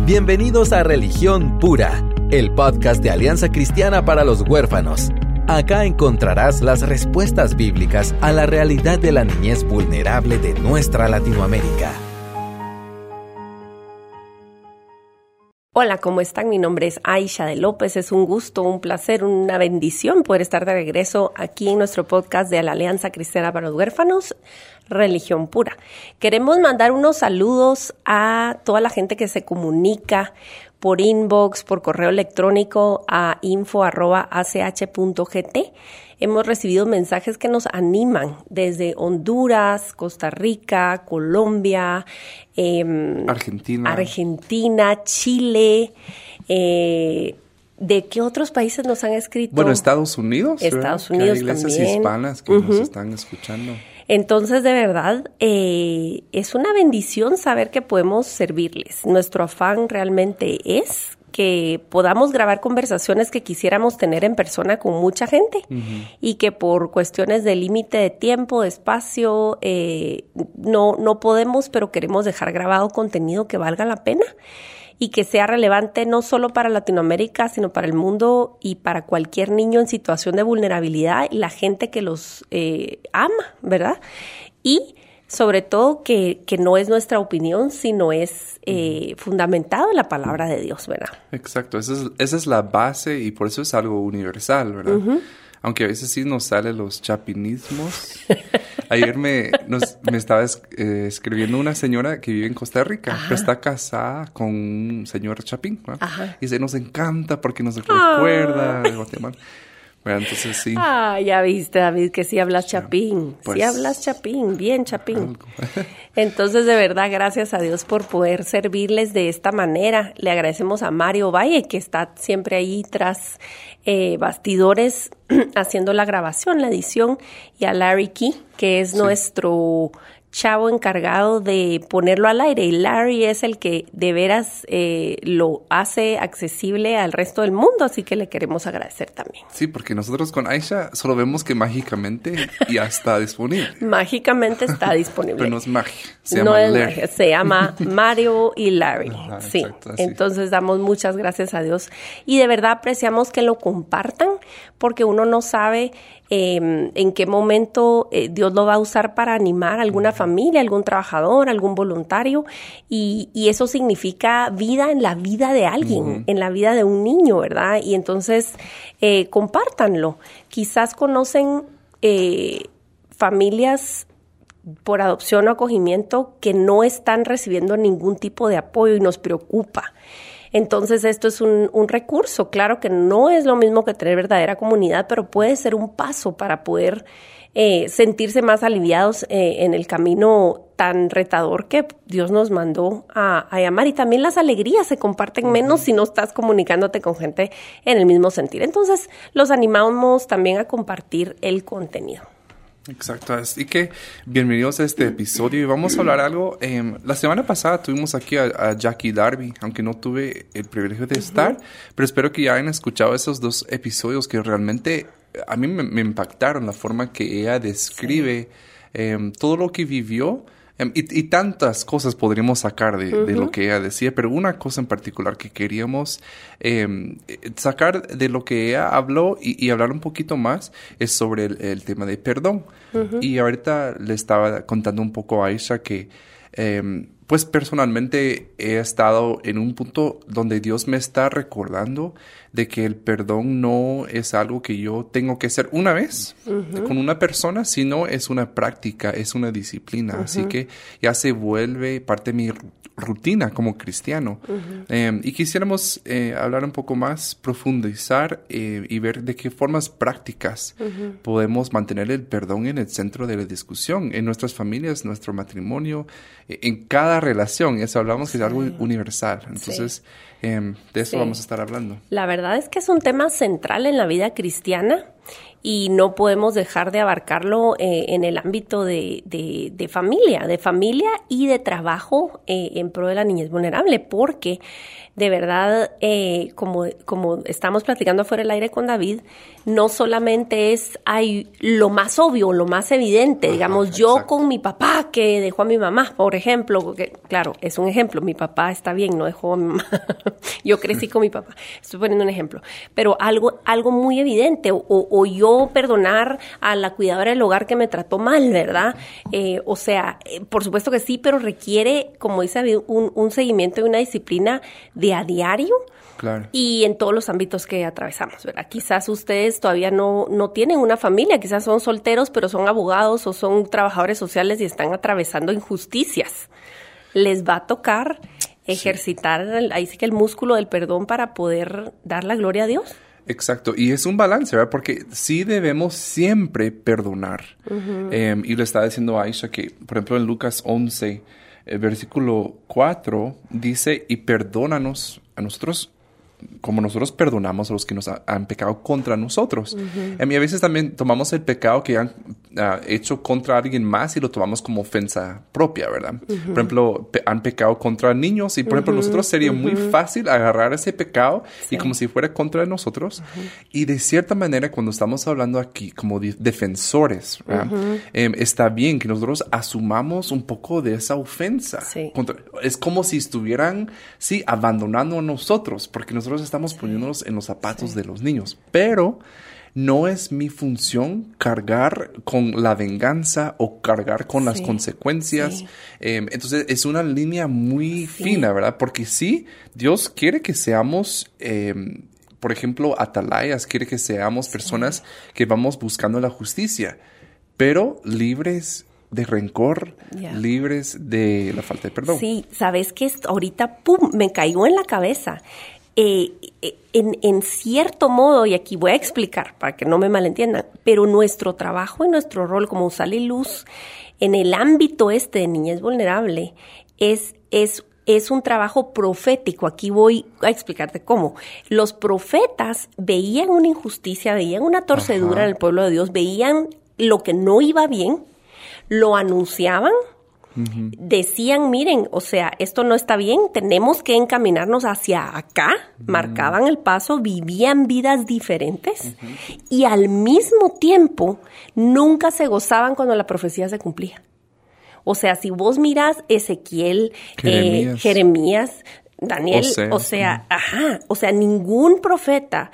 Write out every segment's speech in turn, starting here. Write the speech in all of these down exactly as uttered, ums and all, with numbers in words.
Bienvenidos a Religión Pura, el podcast de Alianza Cristiana para los Huérfanos. Acá encontrarás las respuestas bíblicas a la realidad de la niñez vulnerable de nuestra Latinoamérica. Hola, ¿cómo están? Mi nombre es Aisha de López. Es un gusto, un placer, una bendición poder estar de regreso aquí en nuestro podcast de la Alianza Cristiana para los Huérfanos, Religión Pura. Queremos mandar unos saludos a toda la gente que se comunica por inbox, por correo electrónico a info arroba a c h punto g t. Hemos recibido mensajes que nos animan desde Honduras, Costa Rica, Colombia, eh, Argentina, Argentina, Chile. Eh, ¿De qué otros países nos han escrito? Bueno, Estados Unidos. Estados ¿verdad? Unidos que hay iglesias también. hispanas que uh-huh. nos están escuchando. Entonces, de verdad, eh, es una bendición saber que podemos servirles. Nuestro afán realmente es que podamos grabar conversaciones que quisiéramos tener en persona con mucha gente uh-huh. y que por cuestiones de límite de tiempo, de espacio, eh, no, no podemos, pero queremos dejar grabado contenido que valga la pena y que sea relevante no solo para Latinoamérica, sino para el mundo y para cualquier niño en situación de vulnerabilidad y la gente que los eh, ama, ¿verdad? Y sobre todo que, que no es nuestra opinión, sino es eh, fundamentado en la palabra de Dios, ¿verdad? Exacto, esa es, esa es la base y por eso es algo universal, ¿verdad? Uh-huh. Aunque a veces sí nos salen los chapinismos. Ayer me, nos, me estaba es, eh, escribiendo una señora que vive en Costa Rica, Ajá. pero está casada con un señor chapín, ¿no? Ajá. Y dice, nos encanta porque nos recuerda de Guatemala. Bueno, entonces sí. Ah, ya viste, David, que sí hablas chapín. Pues, sí hablas chapín, bien chapín. Entonces, de verdad, gracias a Dios por poder servirles de esta manera. Le agradecemos a Mario Valle, que está siempre ahí tras eh, bastidores haciendo la grabación, la edición, y a Larry Key, que es sí. nuestro chavo encargado de ponerlo al aire, y Larry es el que de veras eh, lo hace accesible al resto del mundo, así que le queremos agradecer también. Sí, porque nosotros con Aisha solo vemos que mágicamente ya está disponible. Mágicamente está disponible. Pero no es magia, se no llama es Larry. Magia, se llama Mario y Larry. Ajá, sí, exacto, entonces damos muchas gracias a Dios y de verdad apreciamos que lo compartan porque uno no sabe eh, en qué momento eh, Dios lo va a usar para animar a alguna familia, algún trabajador, algún voluntario y, y eso significa vida en la vida de alguien, uh-huh. en la vida de un niño, ¿verdad? Y entonces eh, compártanlo. Quizás conocen eh, familias por adopción o acogimiento que no están recibiendo ningún tipo de apoyo y nos preocupa. Entonces, esto es un, un recurso. Claro que no es lo mismo que tener verdadera comunidad, pero puede ser un paso para poder eh, sentirse más aliviados eh, en el camino tan retador que Dios nos mandó a, a llamar. Y también las alegrías se comparten uh-huh. menos si no estás comunicándote con gente en el mismo sentir. Entonces, los animamos también a compartir el contenido. Exacto, así que bienvenidos a este episodio y vamos a hablar algo. Eh, la semana pasada tuvimos aquí a, a Jackie Darby, aunque no tuve el privilegio de estar, uh-huh. pero espero que ya hayan escuchado esos dos episodios que realmente a mí me, me impactaron, la forma que ella describe sí. eh, todo lo que vivió. Um, y, y tantas cosas podríamos sacar de, uh-huh. de lo que ella decía, pero una cosa en particular que queríamos eh, sacar de lo que ella habló y, y hablar un poquito más es sobre el, el tema de perdón. Uh-huh. Y ahorita le estaba contando un poco a Aisha que eh, pues personalmente he estado en un punto donde Dios me está recordando de que el perdón no es algo que yo tengo que hacer una vez uh-huh. con una persona, sino es una práctica, es una disciplina. Uh-huh. Así que ya se vuelve parte de mi rutina como cristiano. Uh-huh. Eh, y quisiéramos eh, hablar un poco más, profundizar eh, y ver de qué formas prácticas uh-huh. podemos mantener el perdón en el centro de la discusión, en nuestras familias, nuestro matrimonio, eh, en cada relación. Eso hablamos sí. que es algo universal. Entonces, sí. eh, de eso sí. vamos a estar hablando. La verdad es que es un tema central en la vida cristiana Y no podemos dejar de abarcarlo eh, en el ámbito de, de, de familia, de familia y de trabajo eh, en pro de la niñez vulnerable, porque de verdad, eh, como, como estamos platicando afuera del aire con David, no solamente es hay lo más obvio, lo más evidente, Ajá, digamos, yo exacto. con mi papá que dejó a mi mamá, por ejemplo, porque, claro, es un ejemplo, mi papá está bien, no dejó a mi mamá, yo crecí con mi papá, estoy poniendo un ejemplo, pero algo, algo muy evidente, o, o yo perdonar a la cuidadora del hogar que me trató mal, ¿verdad? Eh, o sea, eh, por supuesto que sí, pero requiere, como dice David, un, un seguimiento y una disciplina de a diario. Claro. Y en todos los ámbitos que atravesamos, ¿verdad? Quizás ustedes todavía no, no tienen una familia, quizás son solteros, pero son abogados o son trabajadores sociales y están atravesando injusticias. Les va a tocar ejercitar, sí. ahí sí que el músculo del perdón para poder dar la gloria a Dios. Exacto, y es un balance, ¿verdad? Porque sí debemos siempre perdonar. Uh-huh. Eh, y le estaba diciendo a Aisha que, por ejemplo, en Lucas once, el versículo cuatro, dice, y perdónanos a nosotros como nosotros perdonamos a los que nos ha, han pecado contra nosotros. Uh-huh. Y a veces también tomamos el pecado que han uh, hecho contra alguien más y lo tomamos como ofensa propia, ¿verdad? Uh-huh. Por ejemplo, pe- han pecado contra niños y, por uh-huh. ejemplo, nosotros sería uh-huh. muy fácil agarrar ese pecado sí. y como si fuera contra nosotros. Uh-huh. Y de cierta manera, cuando estamos hablando aquí como de- defensores, ¿verdad? Uh-huh. eh, está bien que nosotros asumamos un poco de esa ofensa. Sí. Contra, es como si estuvieran, sí, abandonando a nosotros, porque nosotros estamos poniéndonos en los zapatos sí. de los niños, pero no es mi función cargar con la venganza o cargar con sí. las consecuencias. Sí. Eh, entonces es una línea muy sí. fina, ¿verdad? Porque sí, Dios quiere que seamos, eh, por ejemplo, atalayas, quiere que seamos sí. personas que vamos buscando la justicia, pero libres de rencor, yeah. libres de la falta de perdón. Sí, ¿sabes qué? Ahorita, pum, me cayó en la cabeza. Eh, en, en cierto modo, y aquí voy a explicar para que no me malentiendan, pero nuestro trabajo y nuestro rol como Sal y Luz en el ámbito este de niñez vulnerable es, es, es un trabajo profético. Aquí voy a explicarte cómo. Los profetas veían una injusticia, veían una torcedura Ajá. en el pueblo de Dios, veían lo que no iba bien, lo anunciaban, Uh-huh. decían, miren, o sea, esto no está bien, tenemos que encaminarnos hacia acá, uh-huh. marcaban el paso, vivían vidas diferentes uh-huh. y al mismo tiempo nunca se gozaban cuando la profecía se cumplía. O sea, si vos miras Ezequiel, Jeremías, eh, Jeremías Daniel, o sea, o sea uh-huh. ajá, o sea, ningún profeta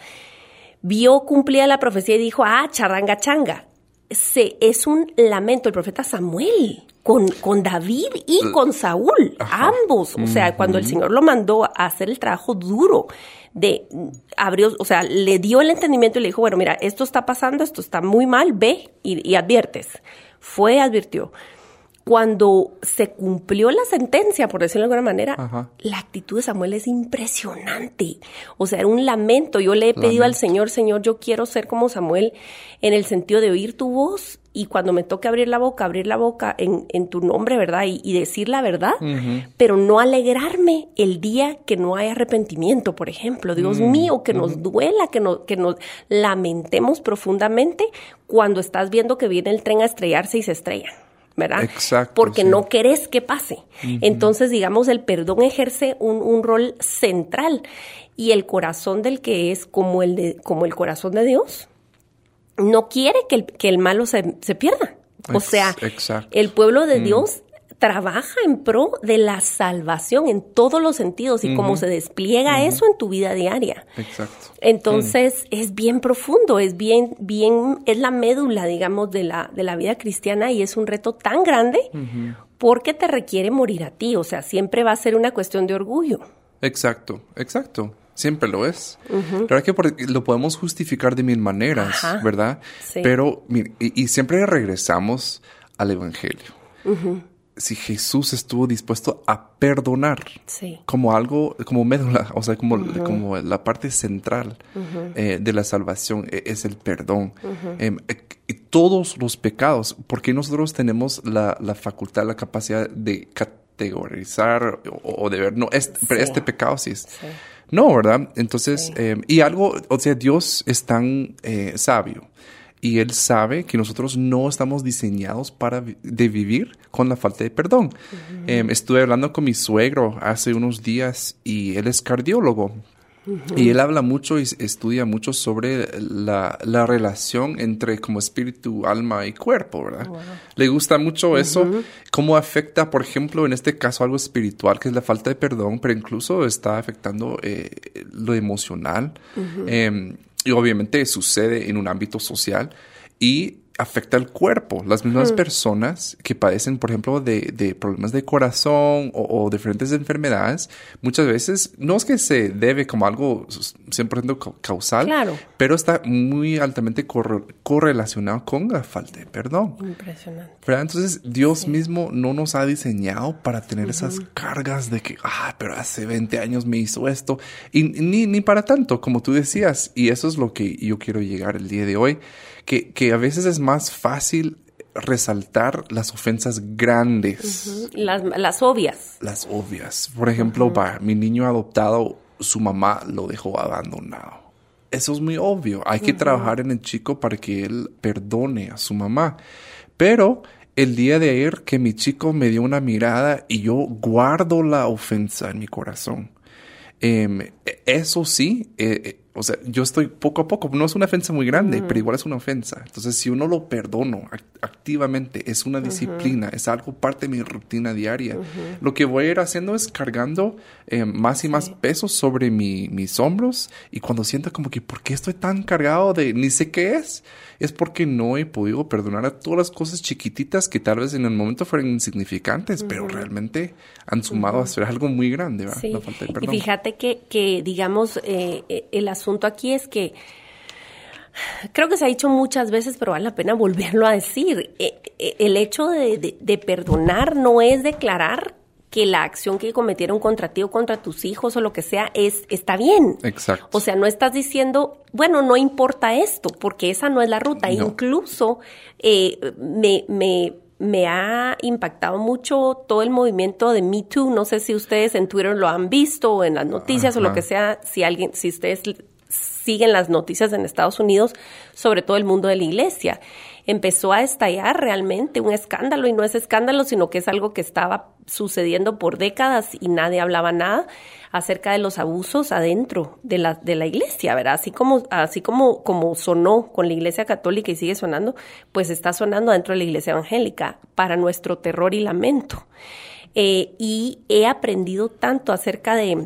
vio cumplida la profecía y dijo, ah, charanga changa. Se, es un lamento, el profeta Samuel, con, con David y con Saúl, Ajá. ambos. O sea, mm-hmm. cuando el Señor lo mandó a hacer el trabajo duro, de abrió, o sea, le dio el entendimiento y le dijo, bueno, mira, esto está pasando, esto está muy mal, ve y, y adviertes. Fue, advirtió. Cuando se cumplió la sentencia, por decirlo de alguna manera, Ajá. la actitud de Samuel es impresionante. O sea, era un lamento. Yo le he pedido lamento. al Señor, Señor, yo quiero ser como Samuel en el sentido de oír tu voz y cuando me toque abrir la boca, abrir la boca en, en tu nombre, ¿verdad? Y, y decir la verdad, uh-huh. pero no alegrarme el día que no hay arrepentimiento, por ejemplo. Dios uh-huh. mío, que uh-huh. nos duela, que, no, que nos lamentemos profundamente cuando estás viendo que viene el tren a estrellarse y se estrella. ¿Verdad? Exacto. Porque sí. no querés que pase. Uh-huh. Entonces, digamos, el perdón ejerce un, un rol central. Y el corazón del que es como el, de, como el corazón de Dios no quiere que el, que el malo se, se pierda. O sea, Exacto. el pueblo de mm. Dios trabaja en pro de la salvación en todos los sentidos y uh-huh. cómo se despliega uh-huh. eso en tu vida diaria. Exacto. Entonces, mm. es bien profundo, es bien, bien, es la médula, digamos, de la, de la vida cristiana y es un reto tan grande uh-huh. porque te requiere morir a ti. O sea, siempre va a ser una cuestión de orgullo. Exacto, exacto. Siempre lo es. Uh-huh. La verdad que por, lo podemos justificar de mil maneras, Ajá. ¿verdad? Sí. Pero, mire, y, y siempre regresamos al Evangelio. Uh-huh. Si Jesús estuvo dispuesto a perdonar sí. como algo, como médula, o sea, como, uh-huh. como la parte central uh-huh. eh, de la salvación eh, es el perdón. Uh-huh. Eh, eh, todos los pecados, porque nosotros tenemos la, la facultad, la capacidad de ca- categorizar o, o de ver, no, este, Sí. pero este pecado sí es. Sí. No, ¿verdad? Entonces, Sí. eh, y algo, o sea, Dios es tan eh, sabio y Él sabe que nosotros no estamos diseñados para vi- de vivir con la falta de perdón. Uh-huh. Eh, estuve hablando con mi suegro hace unos días y él es cardiólogo. Uh-huh. Y él habla mucho y estudia mucho sobre la, la relación entre como espíritu, alma y cuerpo, ¿verdad? Wow. Le gusta mucho uh-huh. eso, cómo afecta, por ejemplo, en este caso algo espiritual, que es la falta de perdón, pero incluso está afectando eh, lo emocional. Uh-huh. Eh, y obviamente sucede en un ámbito social y afecta al cuerpo. Las mismas mm. personas que padecen, por ejemplo, de, de problemas de corazón o, o diferentes enfermedades, muchas veces no es que se debe como algo cien por ciento causal, claro. pero está muy altamente corre, correlacionado con la falta de perdón. Impresionante. ¿Verdad? Entonces, Dios sí. mismo no nos ha diseñado para tener uh-huh. esas cargas de que, ah, pero hace veinte años me hizo esto. Y ni, ni para tanto, como tú decías. Y eso es lo que yo quiero llegar el día de hoy. Que, que a veces es más fácil resaltar las ofensas grandes. Uh-huh. Las, las obvias. Las obvias. Por ejemplo, uh-huh. va, mi niño adoptado, su mamá lo dejó abandonado. Eso es muy obvio. Hay uh-huh. que trabajar en el chico para que él perdone a su mamá. Pero el día de ayer que mi chico me dio una mirada y yo guardo la ofensa en mi corazón. Eh, eso sí, eh, o sea, yo estoy poco a poco, no es una ofensa muy grande, uh-huh. pero igual es una ofensa. Entonces, si uno lo perdono act- activamente, es una disciplina, uh-huh. es algo parte de mi rutina diaria. Uh-huh. Lo que voy a ir haciendo es cargando eh, más y sí. más pesos sobre mi, mis hombros. Y cuando siento como que, ¿por qué estoy tan cargado de ni sé qué es? Es porque no he podido perdonar a todas las cosas chiquititas que tal vez en el momento fueran insignificantes, uh-huh. pero realmente han sumado uh-huh. a ser algo muy grande, ¿verdad? Sí. La falta de perdón. Y fíjate que, que digamos, eh, el asunto aquí es que creo que se ha dicho muchas veces, pero vale la pena volverlo a decir. Eh, eh, el hecho de, de, de perdonar no es declarar que la acción que cometieron contra ti o contra tus hijos o lo que sea es está bien. Exacto. O sea, no estás diciendo, bueno, no importa esto, porque esa no es la ruta. No. Incluso eh, me, me, me ha impactado mucho todo el movimiento de Me Too. No sé si ustedes en Twitter lo han visto o en las noticias Ajá. o lo que sea, si alguien, si ustedes siguen las noticias en Estados Unidos, sobre todo el mundo de la iglesia. Empezó a estallar realmente un escándalo, y no es escándalo, sino que es algo que estaba sucediendo por décadas y nadie hablaba nada acerca de los abusos adentro de la, de la iglesia, ¿verdad? Así como, así como, como sonó con la iglesia católica y sigue sonando, pues está sonando dentro de la iglesia evangélica, para nuestro terror y lamento. Eh, y he aprendido tanto acerca de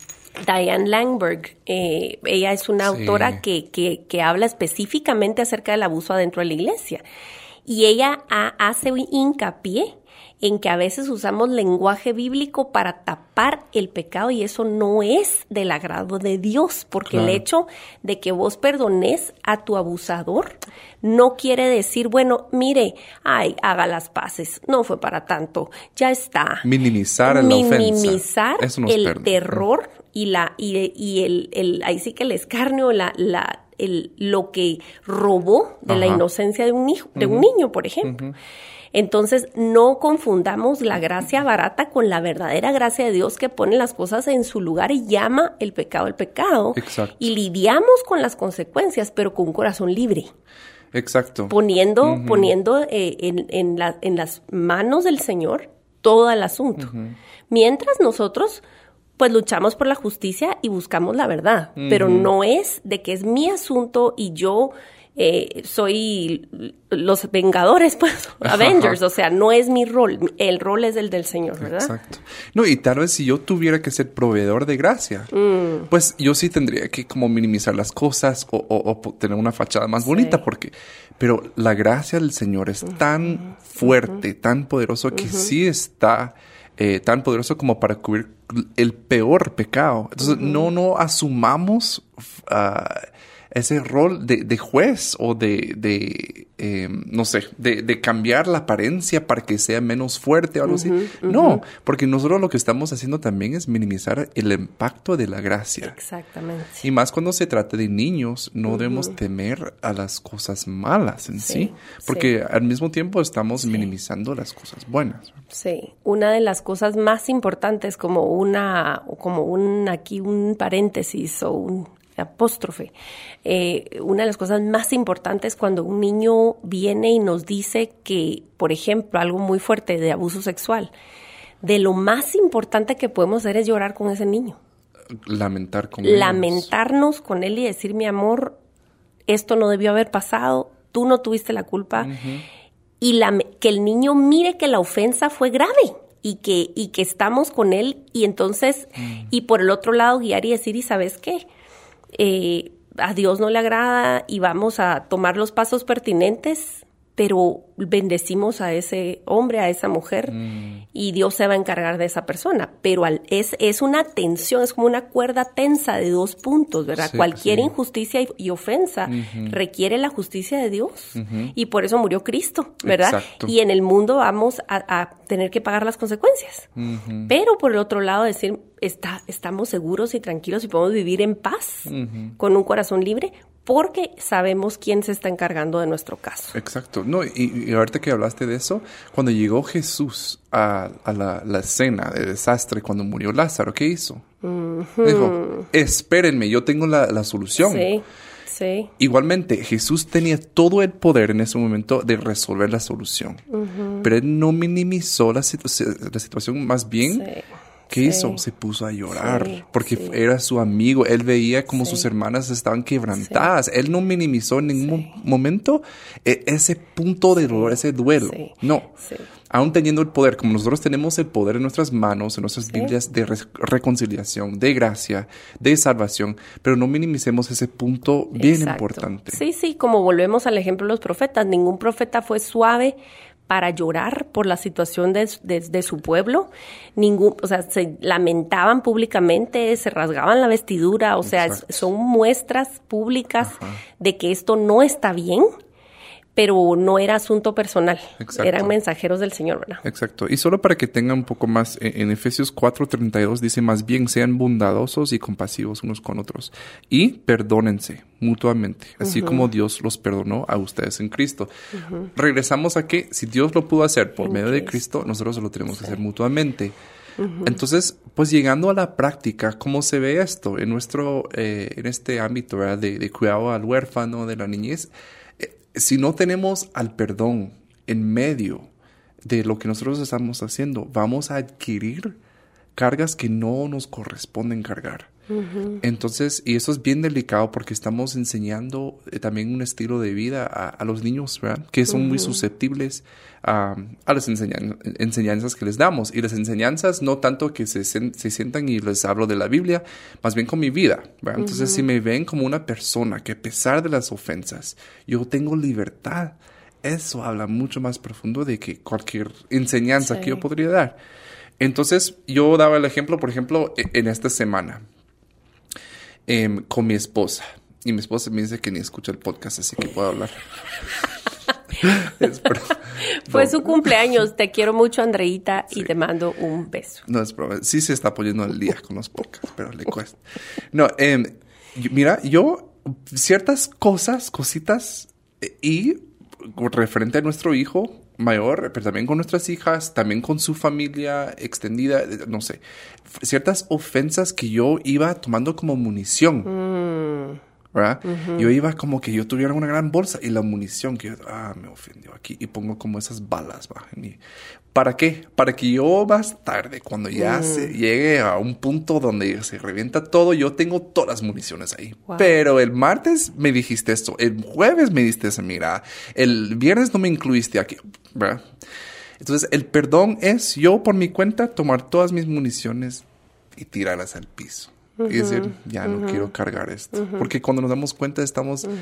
Diane Langberg. Eh, ella es una sí. autora que, que, que habla específicamente acerca del abuso adentro de la iglesia. Y ella ha, hace hincapié en que a veces usamos lenguaje bíblico para tapar el pecado, y eso no es del agrado de Dios, porque claro. el hecho de que vos perdones a tu abusador no quiere decir, bueno, mire, ay, haga las paces, no fue para tanto, ya está. Minimizar la ofensa. Minimizar el perdona. terror y la y, y el, el ahí sí que el escarnio, la la el lo que robó de Ajá. la inocencia de un hijo, de uh-huh. un niño, por ejemplo. Uh-huh. Entonces, no confundamos la gracia barata con la verdadera gracia de Dios, que pone las cosas en su lugar y llama el pecado el pecado. Exacto. Y lidiamos con las consecuencias, pero con un corazón libre. Exacto. Poniendo, uh-huh. poniendo eh, en, en, la, en las manos del Señor todo el asunto. Uh-huh. Mientras nosotros, pues, luchamos por la justicia y buscamos la verdad. Uh-huh. Pero no es de que es mi asunto y yo... Eh, soy los Vengadores, pues, Avengers, o sea, no es mi rol, el rol es el del Señor, ¿verdad? Exacto. No, y tal vez si yo tuviera que ser proveedor de gracia, mm. pues yo sí tendría que como minimizar las cosas o, o, o tener una fachada más sí. bonita, porque, pero la gracia del Señor es uh-huh. tan fuerte, uh-huh. tan poderoso, que uh-huh. sí está eh, tan poderoso como para cubrir el peor pecado. Entonces, uh-huh. no, no asumamos... Uh, ese rol de, de juez o de, de, eh, no sé, de, de cambiar la apariencia para que sea menos fuerte o algo uh-huh, así. Uh-huh. No, porque nosotros lo que estamos haciendo también es minimizar el impacto de la gracia. Exactamente. Y más cuando se trata de niños, no uh-huh. debemos temer a las cosas malas en sí, sí porque sí. al mismo tiempo estamos sí. minimizando las cosas buenas. Sí, una de las cosas más importantes, como una, como un, aquí un paréntesis o un apóstrofe. Eh, una de las cosas más importantes cuando un niño viene y nos dice que, por ejemplo, algo muy fuerte de abuso sexual, de lo más importante que podemos hacer es llorar con ese niño. Lamentar con él. Lamentarnos con él y decir, mi amor, esto no debió haber pasado, tú no tuviste la culpa. Uh-huh. Y la, que el niño mire que la ofensa fue grave. Y que, y que estamos con él. Y entonces, uh-huh. y por el otro lado, guiar y decir, ¿y sabes qué? Eh, a Dios no le agrada y vamos a tomar los pasos pertinentes, pero bendecimos a ese hombre, a esa mujer, mm. y Dios se va a encargar de esa persona. Pero al, es, es una tensión, es como una cuerda tensa de dos puntos, ¿verdad? Sí, Cualquier sí. injusticia y, y ofensa uh-huh. requiere la justicia de Dios, uh-huh. y por eso murió Cristo, ¿verdad? Exacto. Y en el mundo vamos a, a tener que pagar las consecuencias. Uh-huh. Pero por el otro lado, decir, está, estamos seguros y tranquilos y podemos vivir en paz, uh-huh. con un corazón libre, porque sabemos quién se está encargando de nuestro caso. Exacto. No, y, y ahorita que hablaste de eso, cuando llegó Jesús a, a la, la escena de desastre, cuando murió Lázaro, ¿qué hizo? Uh-huh. Dijo, espérenme, yo tengo la, la solución. Sí, sí. Igualmente, Jesús tenía todo el poder en ese momento de resolver la solución. Uh-huh. Pero él no minimizó la, situ- la situación, más bien... Sí. ¿Qué sí. hizo? Se puso a llorar sí, porque sí. era su amigo. Él veía como sí. sus hermanas estaban quebrantadas. Sí. Él no minimizó en ningún sí. momento eh, ese punto de dolor, ese duelo. Sí. No. Sí. Aún teniendo el poder, como nosotros tenemos el poder en nuestras manos, en nuestras sí. Biblias de re- reconciliación, de gracia, de salvación, pero no minimicemos ese punto bien Exacto. importante. Sí, sí, como volvemos al ejemplo de los profetas. Ningún profeta fue suave para llorar por la situación de, de, de su pueblo. Ningún, o sea, se lamentaban públicamente, se rasgaban la vestidura, o sea, es, son muestras públicas Ajá. de que esto no está bien, pero no era asunto personal. Exacto. Eran mensajeros del Señor, ¿verdad? Exacto. Y solo para que tengan un poco más, en Efesios cuatro treinta y dos dice, más bien sean bondadosos y compasivos unos con otros y perdónense mutuamente, así uh-huh. como Dios los perdonó a ustedes en Cristo. Uh-huh. Regresamos a que si Dios lo pudo hacer por en medio Cristo. de Cristo, nosotros lo tenemos sí. que hacer mutuamente. Uh-huh. Entonces, pues llegando a la práctica, ¿cómo se ve esto en nuestro, eh, en este ámbito, ¿verdad? De, de cuidado al huérfano, de la niñez? Si no tenemos al perdón en medio de lo que nosotros estamos haciendo, vamos a adquirir cargas que no nos corresponden cargar. Uh-huh. Entonces, y eso es bien delicado porque estamos enseñando eh, también un estilo de vida a, a los niños, ¿verdad? Que son uh-huh. muy susceptibles a, a las enseñan- enseñanzas que les damos. Y las enseñanzas no tanto que se, se sientan y les hablo de la Biblia, más bien con mi vida, ¿verdad? Entonces, uh-huh. si me ven como una persona que a pesar de las ofensas, yo tengo libertad, eso habla mucho más profundo de que cualquier enseñanza sí. que yo podría dar. Entonces, yo daba el ejemplo, por ejemplo, en esta semana. Eh, con mi esposa. Y mi esposa me dice que ni escucha el podcast, así que puedo hablar. es pro- Fue no. su cumpleaños. Te quiero mucho, Andreita, sí. y te mando un beso. No es broma. Sí se está poniendo al día con los podcasts, pero le cuesta. No, eh, mira, yo ciertas cosas, cositas, eh, y referente a nuestro hijo mayor, pero también con nuestras hijas, también con su familia extendida, no sé, ciertas ofensas que yo iba tomando como munición, mm. ¿verdad? Uh-huh. Yo iba como que yo tuviera una gran bolsa y la munición que yo, ah, me ofendió aquí y pongo como esas balas, ¿va? Y, ¿para qué? Para que yo más tarde, cuando ya mm. se llegue a un punto donde se revienta todo, yo tengo todas las municiones ahí. Wow. Pero el martes me dijiste esto, el jueves me diste esa mirada, el viernes no me incluiste aquí, ¿verdad? Entonces, el perdón es yo por mi cuenta tomar todas mis municiones y tirarlas al piso. Uh-huh. Y decir, ya uh-huh. no quiero cargar esto. Uh-huh. Porque cuando nos damos cuenta estamos uh-huh.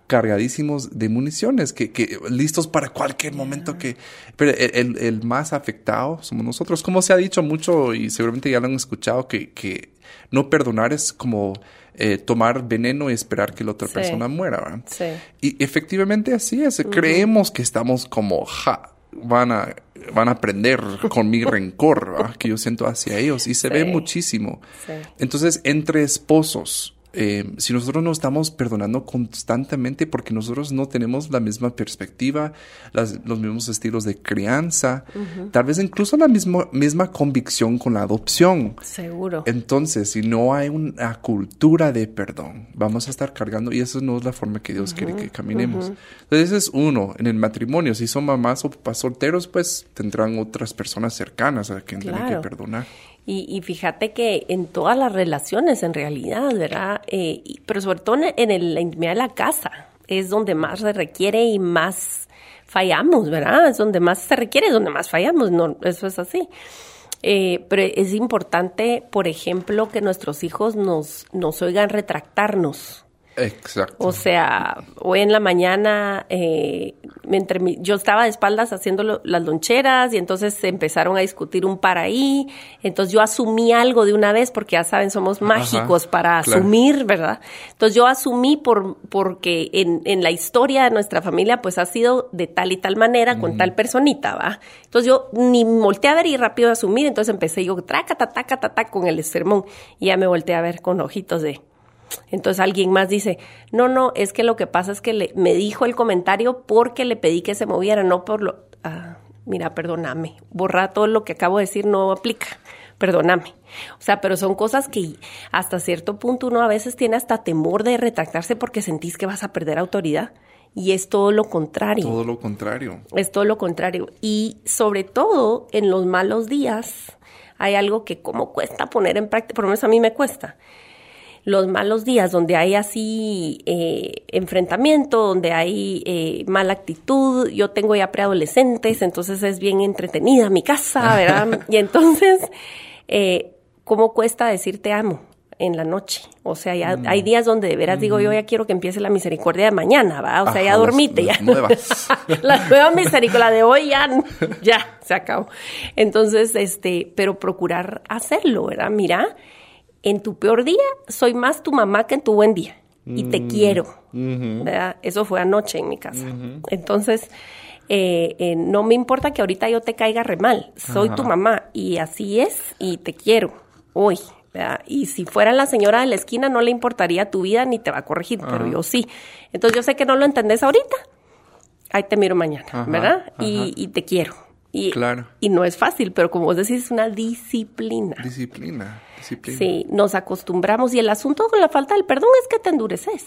cargadísimos de municiones, que, que listos para cualquier momento que... Pero el, el más afectado somos nosotros. Como se ha dicho mucho, y seguramente ya lo han escuchado, que, que no perdonar es como eh, tomar veneno y esperar que la otra sí. persona muera, ¿verdad? Sí. Y efectivamente así es. Uh-huh. Creemos que estamos como... Ja, van a, van a aprender con mi rencor, ¿verdad? Que yo siento hacia ellos. Y se sí. ve muchísimo. Sí. Entonces, entre esposos... Eh, si nosotros no estamos perdonando constantemente porque nosotros no tenemos la misma perspectiva, las, los mismos estilos de crianza, uh-huh. tal vez incluso la misma, misma convicción con la adopción. Seguro. Entonces, si no hay una cultura de perdón, vamos a estar cargando y esa no es la forma que Dios uh-huh. quiere que caminemos. Uh-huh. Entonces, ese es uno. En el matrimonio, si son mamás o papás solteros, pues tendrán otras personas cercanas a quien claro. tienen que perdonar. Y, y fíjate que en todas las relaciones, en realidad, ¿verdad? Eh, pero sobre todo en, el, la intimidad de la casa, es donde más se requiere y más fallamos, ¿verdad? Es donde más se requiere, es donde más fallamos, no, eso es así. Eh, pero es importante, por ejemplo, que nuestros hijos nos, nos oigan retractarnos. Exacto. O sea, hoy en la mañana eh, entre mi, yo estaba de espaldas haciendo lo, las loncheras y entonces se empezaron a discutir un par ahí. Entonces yo asumí algo de una vez porque ya saben, somos mágicos Ajá, para claro. asumir, ¿verdad? Entonces yo asumí por porque en, en la historia de nuestra familia pues ha sido de tal y tal manera con mm. tal personita, ¿va? Entonces yo ni volteé a ver y rápido asumir. Entonces empecé yo traca, taca, taca, taca con el sermón y ya me volteé a ver con ojitos de... Entonces alguien más dice, no, no, es que lo que pasa es que le, me dijo el comentario porque le pedí que se moviera, no por lo... Ah, mira, perdóname, borra todo lo que acabo de decir, no aplica, perdóname. O sea, pero son cosas que hasta cierto punto uno a veces tiene hasta temor de retractarse porque sentís que vas a perder autoridad. Y es todo lo contrario. Todo lo contrario. Es todo lo contrario. Y sobre todo en los malos días hay algo que como cuesta poner en práctica, por lo menos a mí me cuesta. Los malos días donde hay así eh, enfrentamiento, donde hay eh, mala actitud. Yo tengo ya preadolescentes, entonces es bien entretenida mi casa, ¿verdad? Y entonces, eh, ¿cómo cuesta decir te amo en la noche? O sea, ya mm. hay días donde de veras mm. digo, yo ya quiero que empiece la misericordia de mañana, ¿va? O sea, Ajá, ya dormite. Las, ya. Las nuevas. La nueva misericordia de hoy ya, ya se acabó. Entonces, este, pero procurar hacerlo, ¿verdad? Mira, en tu peor día, soy más tu mamá que en tu buen día. Y te mm. quiero. Mm-hmm. ¿Verdad? Eso fue anoche en mi casa. Mm-hmm. Entonces, eh, eh, no me importa que ahorita yo te caiga re mal. Soy Ajá. tu mamá. Y así es. Y te quiero. Hoy. ¿Verdad? Y si fuera la señora de la esquina, no le importaría tu vida ni te va a corregir. Ajá. Pero yo sí. Entonces, yo sé que no lo entendés ahorita. Ahí te miro mañana. Ajá. ¿Verdad? Y, y te quiero. Y, claro. y no es fácil, pero como vos decís, es una disciplina. Disciplina. Disciplina. Sí, nos acostumbramos y el asunto con la falta del perdón es que te endureces.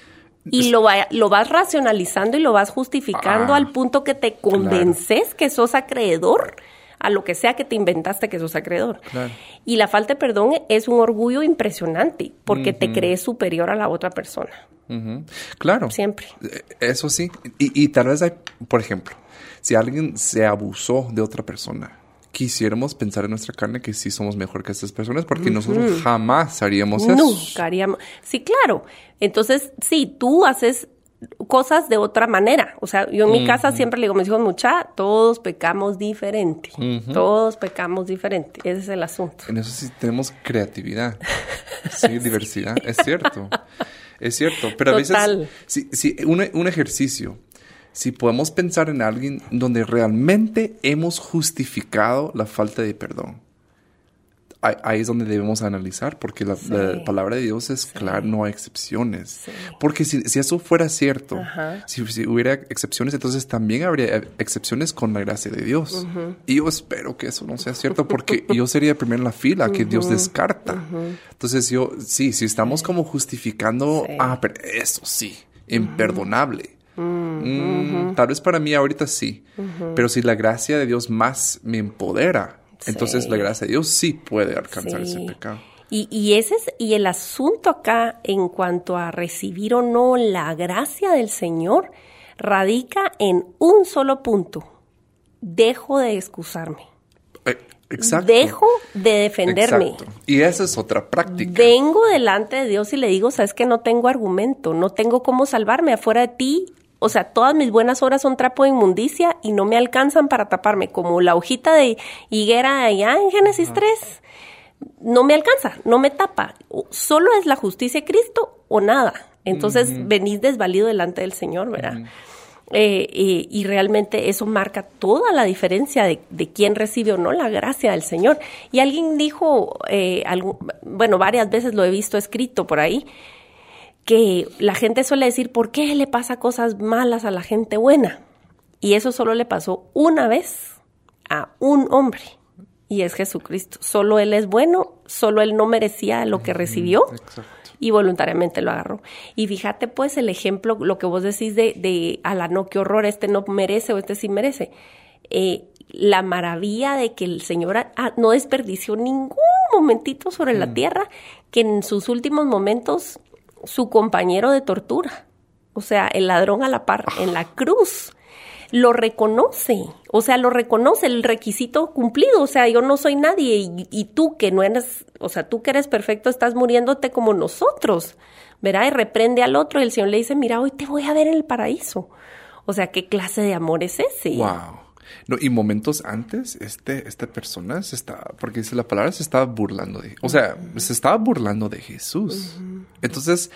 Y es... lo, va, lo vas racionalizando y lo vas justificando ah, al punto que te convences claro. que sos acreedor a lo que sea que te inventaste que sos acreedor. Claro. Y la falta de perdón es un orgullo impresionante porque uh-huh. te crees superior a la otra persona. Uh-huh. Claro. Siempre. Eso sí. Y, y tal vez hay, por ejemplo, si alguien se abusó de otra persona, quisiéramos pensar en nuestra carne que sí somos mejor que estas personas porque uh-huh. nosotros jamás haríamos eso. Nunca haríamos. Sí, claro. Entonces, sí, tú haces cosas de otra manera. O sea, yo en mi uh-huh. casa siempre le digo a mis hijos, mucha, todos pecamos diferente. Uh-huh. Todos pecamos diferente. Ese es el asunto. En eso sí tenemos creatividad. Sí, diversidad. Sí. Es cierto. Es cierto. Pero Total. a veces, sí, sí, un, un ejercicio. Si podemos pensar en alguien donde realmente hemos justificado la falta de perdón, ahí, ahí es donde debemos analizar, porque la, sí. la palabra de Dios es sí. clara, no hay excepciones. Sí. Porque si, si eso fuera cierto, si, si hubiera excepciones, entonces también habría excepciones con la gracia de Dios. Uh-huh. Y yo espero que eso no sea cierto, porque yo sería el primero en la fila que uh-huh. Dios descarta. Uh-huh. Entonces yo, sí, si estamos como justificando, sí. ah, pero eso sí, imperdonable. Mm, uh-huh. Tal vez para mí ahorita sí, uh-huh. pero si la gracia de Dios más me empodera, sí. entonces la gracia de Dios sí puede alcanzar sí. ese pecado. Y, y ese es y el asunto acá en cuanto a recibir o no la gracia del Señor radica en un solo punto: dejo de excusarme. Eh, Exacto. Dejo de defenderme. Exacto. Y esa es otra práctica. Vengo delante de Dios y le digo, sabes que no tengo argumento, no tengo cómo salvarme afuera de ti. O sea, todas mis buenas obras son trapo de inmundicia y no me alcanzan para taparme. Como la hojita de higuera allá en Génesis uh-huh. tres. No me alcanza, no me tapa. Solo es la justicia de Cristo o nada. Entonces, uh-huh. venís desvalido delante del Señor, ¿verdad? Uh-huh. Eh, eh, y realmente eso marca toda la diferencia de, de quién recibe o no la gracia del Señor. Y alguien dijo, eh, algo, bueno, varias veces lo he visto escrito por ahí, que la gente suele decir, ¿por qué le pasa cosas malas a la gente buena? Y eso solo le pasó una vez a un hombre, y es Jesucristo. Solo Él es bueno, solo Él no merecía lo que recibió. Exacto. Y voluntariamente lo agarró. Y fíjate, pues, el ejemplo, lo que vos decís de, de ala, no, qué horror, este no merece o este sí merece. Eh, la maravilla de que el Señor a, a, no desperdició ningún momentito sobre mm. la tierra, que en sus últimos momentos, su compañero de tortura, o sea, el ladrón a la par, en la cruz, lo reconoce, o sea, lo reconoce el requisito cumplido, o sea, yo no soy nadie y, y tú que no eres, o sea, tú que eres perfecto estás muriéndote como nosotros, ¿verdad? Y reprende al otro y el Señor le dice, mira, hoy te voy a ver en el paraíso. O sea, ¿qué clase de amor es ese? Wow. No, y momentos antes, este, esta persona se estaba, porque dice la palabra, se estaba burlando de, o sea, uh-huh. se estaba burlando de Jesús. Uh-huh. Entonces,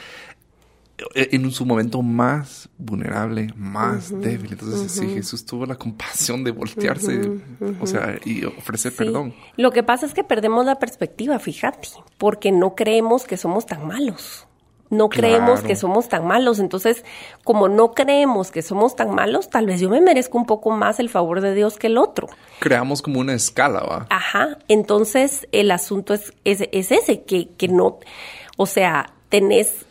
en su momento más vulnerable, más uh-huh, débil. Entonces, uh-huh. sí, Jesús tuvo la compasión de voltearse, uh-huh, uh-huh. o sea, y ofrecer sí. perdón. Lo que pasa es que perdemos la perspectiva, fíjate, porque no creemos que somos tan malos. No claro. creemos que somos tan malos. Entonces, como no creemos que somos tan malos, tal vez yo me merezco un poco más el favor de Dios que el otro. Creamos como una escala, ¿va? Ajá. Entonces, el asunto es, es, es ese, que, que no, o sea, tenés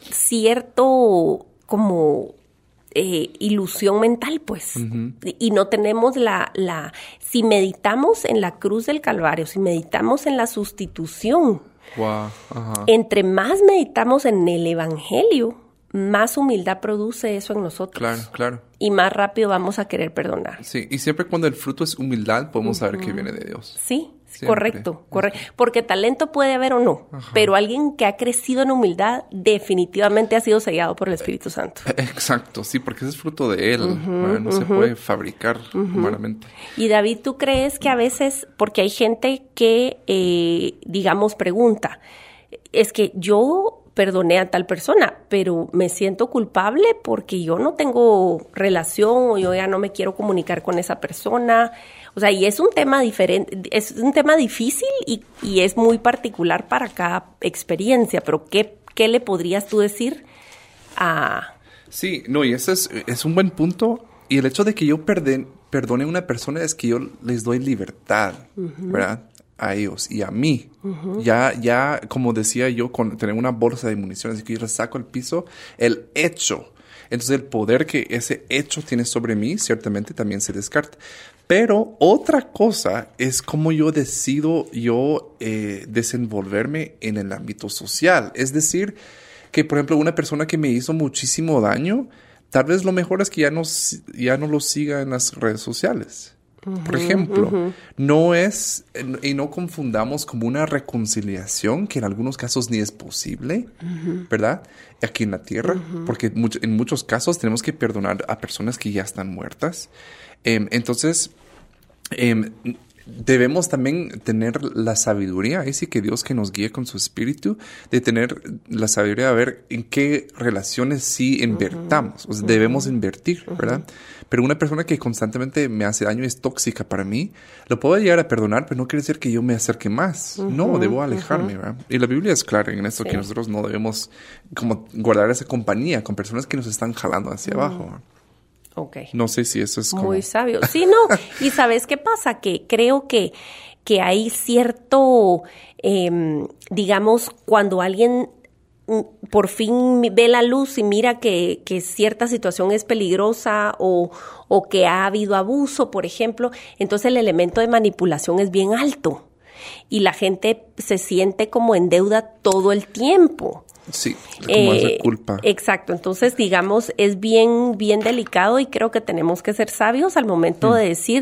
cierto como eh, ilusión mental, pues. Uh-huh. Y no tenemos la, la... Si meditamos en la cruz del Calvario, si meditamos en la sustitución, wow. uh-huh. entre más meditamos en el Evangelio, más humildad produce eso en nosotros. Claro, claro. Y más rápido vamos a querer perdonar. Sí, y siempre cuando el fruto es humildad, podemos uh-huh. saber que viene de Dios. Sí, siempre. correcto, correcto. Porque talento puede haber o no, Ajá. pero alguien que ha crecido en humildad definitivamente ha sido sellado por el Espíritu Santo. Exacto, sí, porque ese es fruto de Él, uh-huh, no uh-huh. se puede fabricar uh-huh. humanamente. Y David, ¿tú crees que a veces, porque hay gente que, eh, digamos, pregunta, es que yo perdoné a tal persona, pero me siento culpable porque yo no tengo relación o yo ya no me quiero comunicar con esa persona? O sea, y es un tema diferente, es un tema difícil y, y es muy particular para cada experiencia, pero ¿qué, qué le podrías tú decir a...? Sí, no, y ese es, es un buen punto. Y el hecho de que yo perde, perdone a una persona es que yo les doy libertad, uh-huh. ¿verdad? A ellos y a mí. Uh-huh. Ya, ya, como decía yo, con tener una bolsa de municiones y que yo la saco al piso, el hecho, entonces el poder que ese hecho tiene sobre mí, ciertamente también se descarta. Pero otra cosa es cómo yo decido yo eh, desenvolverme en el ámbito social. Es decir, que por ejemplo una persona que me hizo muchísimo daño, tal vez lo mejor es que ya no, ya no lo siga en las redes sociales. Uh-huh, por ejemplo, uh-huh. no es, y no confundamos como una reconciliación, que en algunos casos ni es posible, uh-huh. ¿verdad? Aquí en la tierra, uh-huh. porque much, en muchos casos tenemos que perdonar a personas que ya están muertas. Eh, entonces, eh, debemos también tener la sabiduría, ahí sí que Dios que nos guíe con su espíritu, de tener la sabiduría de ver en qué relaciones sí invertamos, uh-huh. o sea, debemos invertir, ¿verdad? Uh-huh. Pero una persona que constantemente me hace daño y es tóxica para mí, lo puedo llegar a perdonar, pero no quiere decir que yo me acerque más. Uh-huh. No, debo alejarme, uh-huh. ¿verdad? Y la Biblia es clara en esto, sí. que nosotros no debemos como guardar esa compañía con personas que nos están jalando hacia uh-huh. abajo, ¿verdad? Okay. No sé si eso es como... Muy sabio. Sí, no. Y ¿sabes qué pasa? Que creo que, que hay cierto, eh, digamos, cuando alguien por fin ve la luz y mira que, que cierta situación es peligrosa o, o que ha habido abuso, por ejemplo, entonces el elemento de manipulación es bien alto y la gente se siente como en deuda todo el tiempo. Sí, como eh, esa culpa. Exacto, entonces digamos es bien, bien delicado y creo que tenemos que ser sabios al momento mm. de decir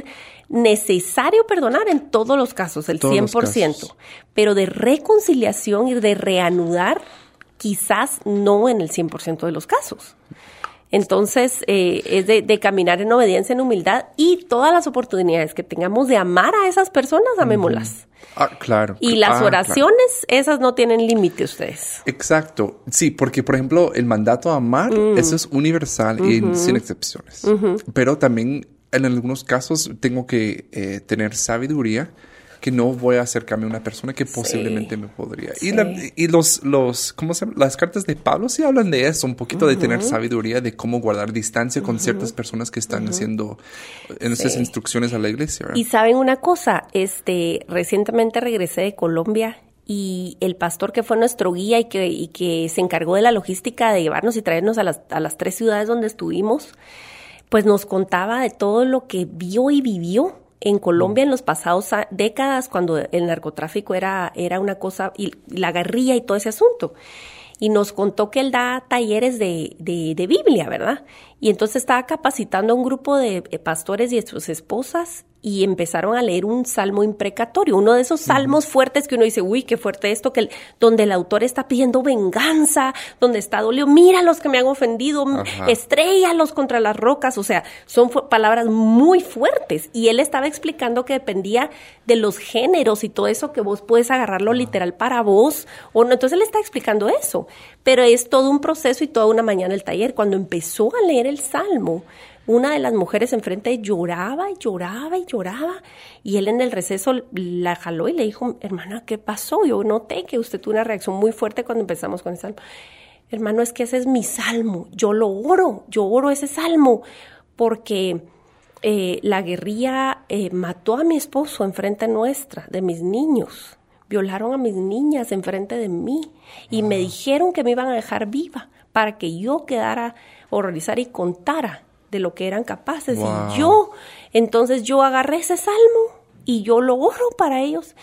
necesario perdonar en todos los casos, el Todos cien por ciento. los casos. Pero de reconciliación y de reanudar, quizás no en el cien por ciento de los casos. Entonces, eh, es de, de caminar en obediencia, en humildad, y todas las oportunidades que tengamos de amar a esas personas, amémoslas. Ah, claro. Y las Ah, oraciones, claro. Esas no tienen límite ustedes. Exacto. Sí, porque, por ejemplo, el mandato a amar, mm. eso es universal uh-huh. y sin excepciones. Uh-huh. Pero también, en algunos casos, tengo que eh, tener sabiduría, que no voy a acercarme a una persona que posiblemente sí, me podría. Sí. Y, la, y los, los, ¿cómo se llama? Las cartas de Pablo sí hablan de eso, un poquito uh-huh. de tener sabiduría, de cómo guardar distancia uh-huh. con ciertas personas que están uh-huh. haciendo en esas sí. instrucciones a la iglesia, ¿verdad? Y saben una cosa, este, recientemente regresé de Colombia y el pastor que fue nuestro guía y que, y que se encargó de la logística de llevarnos y traernos a las, a las tres ciudades donde estuvimos, pues nos contaba de todo lo que vio y vivió en Colombia en los pasados décadas, cuando el narcotráfico era, era una cosa, y la guerrilla y todo ese asunto. Y nos contó que él da talleres de, de, de Biblia, ¿verdad? Y entonces estaba capacitando a un grupo de pastores y sus esposas y empezaron a leer un salmo imprecatorio, uno de esos salmos uh-huh. fuertes que uno dice, uy, qué fuerte esto, que el, donde el autor está pidiendo venganza, donde está dolido, mira los que me han ofendido, uh-huh. estréllalos contra las rocas, o sea, son fu- palabras muy fuertes. Y él estaba explicando que dependía de los géneros y todo eso, que vos puedes agarrarlo uh-huh. literal para vos, o no. Entonces él está explicando eso, pero es todo un proceso y toda una mañana el taller. Cuando empezó a leer el salmo, una de las mujeres enfrente lloraba y lloraba y lloraba, y él en el receso la jaló y le dijo, hermana, ¿qué pasó? Yo noté que usted tuvo una reacción muy fuerte cuando empezamos con el salmo. Hermano, es que ese es mi salmo, yo lo oro, yo oro ese salmo, porque eh, la guerrilla eh, mató a mi esposo enfrente nuestra, de mis niños, violaron a mis niñas enfrente de mí, y ah. me dijeron que me iban a dejar viva, para que yo quedara horrorizada y contara de lo que eran capaces. Wow. Y yo, entonces yo agarré ese salmo y yo lo oro para ellos.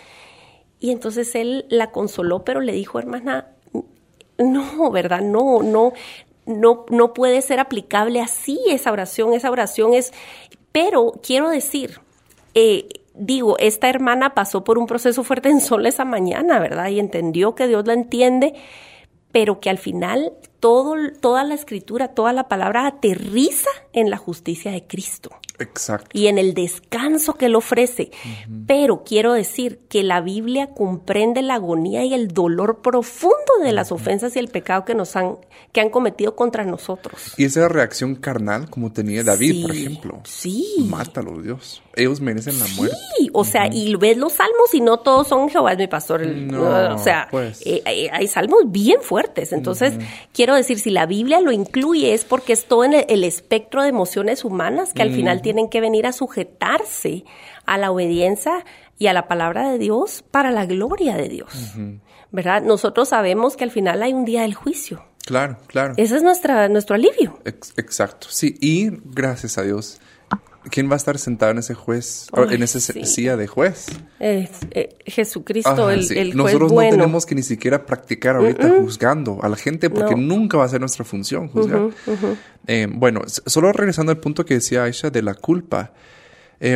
Y entonces él la consoló, pero le dijo, hermana, no, ¿verdad? No, no, no, no puede ser aplicable así esa oración. Esa oración es, pero quiero decir, eh, digo, esta hermana pasó por un proceso fuerte en sola esa mañana, ¿verdad? Y entendió que Dios la entiende, pero que al final todo, toda la escritura, toda la palabra aterriza en la justicia de Cristo. Exacto. Y en el descanso que Él ofrece. Uh-huh. Pero quiero decir que la Biblia comprende la agonía y el dolor profundo de las uh-huh. ofensas y el pecado que nos han, que han cometido contra nosotros. Y esa reacción carnal, como tenía David, sí, por ejemplo. Sí. Mátalo, Dios. Ellos merecen la muerte. Sí, o sea, uh-huh. y ves los salmos y no todos son Jehová es mi pastor. No, o sea, pues. eh, hay, hay salmos bien fuertes. Entonces, uh-huh. quiero decir, si la Biblia lo incluye es porque es todo en el, el espectro de emociones humanas que al uh-huh. final tienen que venir a sujetarse a la obediencia y a la palabra de Dios para la gloria de Dios. Uh-huh. ¿Verdad? Nosotros sabemos que al final hay un día del juicio. Claro, claro. Ese es nuestra, nuestro alivio. Ex- exacto, sí. Y gracias a Dios, ¿quién va a estar sentado en ese juez, Ay, en esa sí. silla de juez? Eh, eh, Jesucristo, Ajá, el, sí. el juez Nosotros bueno. no tenemos que ni siquiera practicar ahorita uh-uh. juzgando a la gente porque no. nunca va a ser nuestra función juzgar. Uh-huh, uh-huh. Eh, bueno, solo regresando al punto que decía Aisha de la culpa. Eh,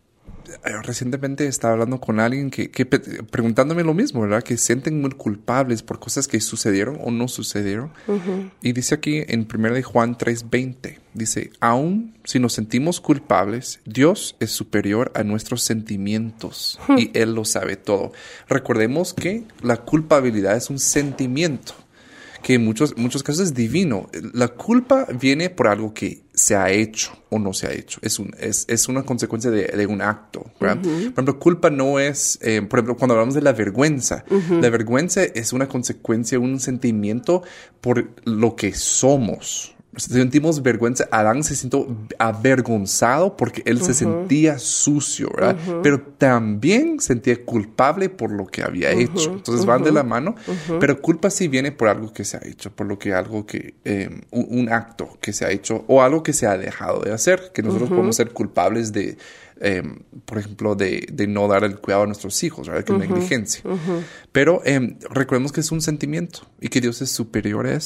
Recientemente estaba hablando con alguien que, que preguntándome lo mismo, ¿verdad? Que se sienten muy culpables por cosas que sucedieron o no sucedieron. Uh-huh. Y dice aquí en primera de Juan tres veinte, dice, aun si nos sentimos culpables, Dios es superior a nuestros sentimientos uh-huh. y Él lo sabe todo. Recordemos que la culpabilidad es un sentimiento que en muchos, muchos casos es divino. La culpa viene por algo que se ha hecho o no se ha hecho. Es, un, es, es una consecuencia de, de un acto, ¿verdad? Uh-huh. Por ejemplo, culpa no es... Eh, por ejemplo, cuando hablamos de la vergüenza, uh-huh. la vergüenza es una consecuencia, un sentimiento por lo que somos. Sentimos vergüenza. Adán se sintió avergonzado porque él uh-huh. se sentía sucio, ¿verdad? Uh-huh. Pero también sentía culpable por lo que había uh-huh. hecho. Entonces uh-huh. van de la mano. Uh-huh. Pero culpa sí viene por algo que se ha hecho, por lo que algo que, eh, un, un acto que se ha hecho o algo que se ha dejado de hacer. Que nosotros uh-huh. podemos ser culpables de, eh, por ejemplo, de, de no dar el cuidado a nuestros hijos, ¿verdad? Que es uh-huh. negligencia. Uh-huh. Pero eh, recordemos que es un sentimiento y que Dios es superior a eso.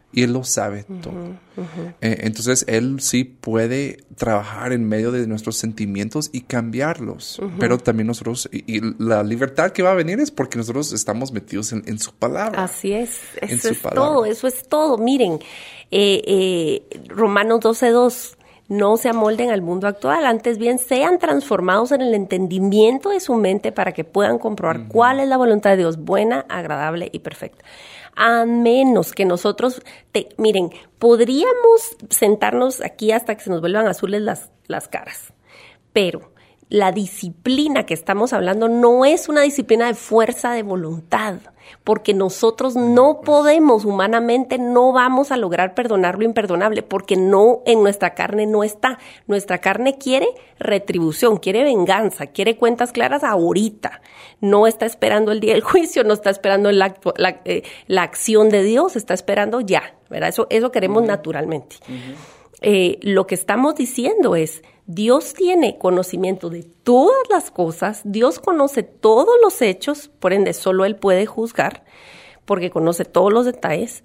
Y Él lo sabe uh-huh, todo. Uh-huh. Eh, entonces, Él sí puede trabajar en medio de nuestros sentimientos y cambiarlos. Uh-huh. Pero también nosotros, y, y la libertad que va a venir es porque nosotros estamos metidos en, en su palabra. Así es. Eso es todo, eso es todo. Miren, eh, eh, Romanos doce dos. No se amolden al mundo actual, antes bien sean transformados en el entendimiento de su mente para que puedan comprobar uh-huh. cuál es la voluntad de Dios, buena, agradable y perfecta. A menos que nosotros, te, miren, podríamos sentarnos aquí hasta que se nos vuelvan azules las, las caras, pero la disciplina que estamos hablando no es una disciplina de fuerza de voluntad, porque nosotros no podemos, humanamente no vamos a lograr perdonar lo imperdonable, porque no, en nuestra carne no está. Nuestra carne quiere retribución, quiere venganza, quiere cuentas claras ahorita. No está esperando el día del juicio, no está esperando la, la, eh, la acción de Dios, está esperando ya, ¿verdad? Eso, eso queremos uh-huh. naturalmente. Uh-huh. Eh, lo que estamos diciendo es, Dios tiene conocimiento de todas las cosas, Dios conoce todos los hechos, por ende solo Él puede juzgar, porque conoce todos los detalles,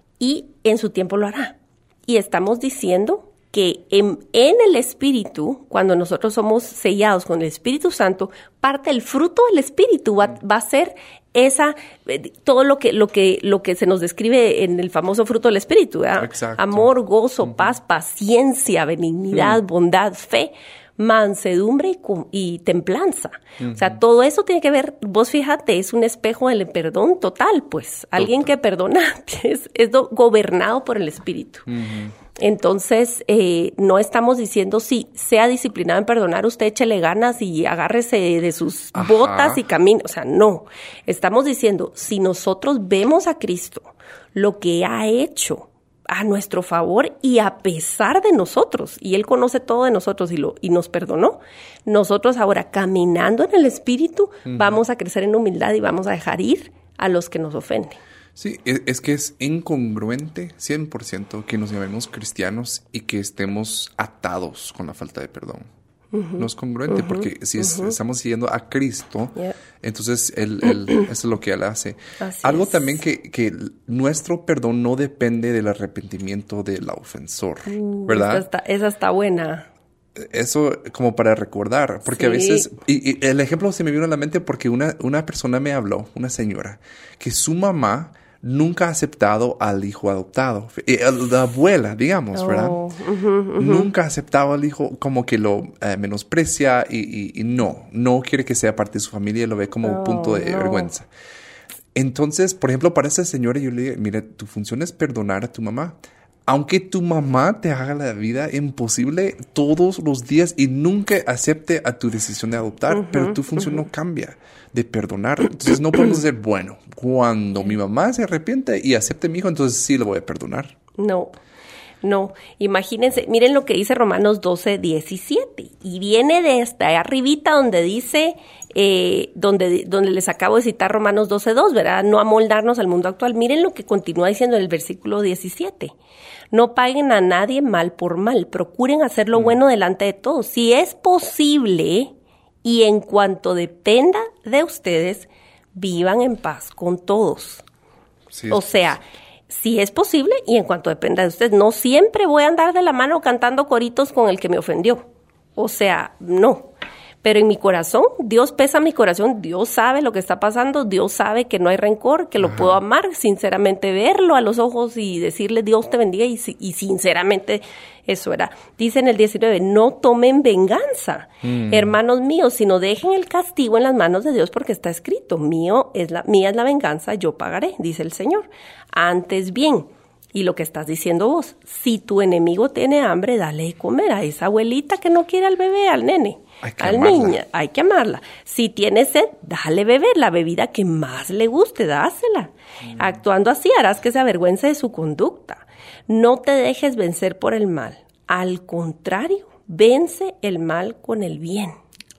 y en su tiempo lo hará. Y estamos diciendo que en, en el Espíritu, cuando nosotros somos sellados con el Espíritu Santo, parte del fruto del Espíritu va, va a ser esa, todo lo que, lo que, lo que se nos describe en el famoso fruto del Espíritu, ¿verdad? Exacto. Amor, gozo, uh-huh. paz, paciencia, benignidad, uh-huh. bondad, fe, mansedumbre y, y templanza. Uh-huh. O sea, todo eso tiene que ver, vos fíjate, es un espejo del perdón total, pues. Alguien total. Que perdona es, es do, gobernado por el Espíritu. Uh-huh. Entonces, eh, no estamos diciendo, sí, sea disciplinado en perdonar, usted échele ganas y agárrese de sus Ajá. botas y camine. O sea, no. Estamos diciendo, si nosotros vemos a Cristo, lo que ha hecho a nuestro favor y a pesar de nosotros, y Él conoce todo de nosotros y, lo, y nos perdonó, nosotros ahora, caminando en el Espíritu, uh-huh. vamos a crecer en humildad y vamos a dejar ir a los que nos ofenden. Sí, es, es que es incongruente cien por ciento que nos llamemos cristianos y que estemos atados con la falta de perdón. Uh-huh. No es congruente uh-huh. porque si es, uh-huh. estamos siguiendo a Cristo, yeah. entonces él, él, eso es lo que Él hace. Así Algo es. También que, que nuestro perdón no depende del arrepentimiento del ofensor, uh, ¿verdad? Esa está, esa está buena. Eso como para recordar, porque sí. a veces, y, y el ejemplo se me vino a la mente porque una, una persona me habló, una señora, que su mamá nunca ha aceptado al hijo adoptado, eh, la abuela, digamos, oh, ¿verdad? Uh-huh, uh-huh. Nunca ha aceptado al hijo, como que lo eh, menosprecia y, y, y no, no quiere que sea parte de su familia y lo ve como oh, un punto de no. vergüenza. Entonces, por ejemplo, para esa señora yo le dije, mira, tu función es perdonar a tu mamá. Aunque tu mamá te haga la vida imposible todos los días y nunca acepte a tu decisión de adoptar, uh-huh, pero tu función uh-huh. no cambia de perdonar. Entonces no podemos decir, bueno, cuando mi mamá se arrepiente y acepte a mi hijo, entonces sí lo voy a perdonar. No, no. Imagínense, miren lo que dice Romanos doce diecisiete. Y viene de hasta arribita donde dice, eh, donde, donde les acabo de citar Romanos doce dos, ¿verdad? No amoldarnos al mundo actual. Miren lo que continúa diciendo en el versículo diecisiete. No paguen a nadie mal por mal. Procuren hacer lo bueno delante de todos. Si es posible y en cuanto dependa de ustedes, vivan en paz con todos. Sí, o sea, si es posible y en cuanto dependa de ustedes. No siempre voy a andar de la mano cantando coritos con el que me ofendió. O sea, no. Pero en mi corazón, Dios pesa mi corazón, Dios sabe lo que está pasando, Dios sabe que no hay rencor, que lo Ajá. puedo amar, sinceramente verlo a los ojos y decirle Dios te bendiga y, y sinceramente eso era. Dice en el diecinueve, no tomen venganza, mm. hermanos míos, sino dejen el castigo en las manos de Dios porque está escrito, mío es la, mía es la venganza, yo pagaré, dice el Señor. Antes bien, y lo que estás diciendo vos, si tu enemigo tiene hambre, dale de comer a esa abuelita que no quiere al bebé, al nene. Al niño, hay que amarla. Si tiene sed, dale beber la bebida que más le guste, dásela. Mm. Actuando así harás que se avergüence de su conducta. No te dejes vencer por el mal. Al contrario, vence el mal con el bien.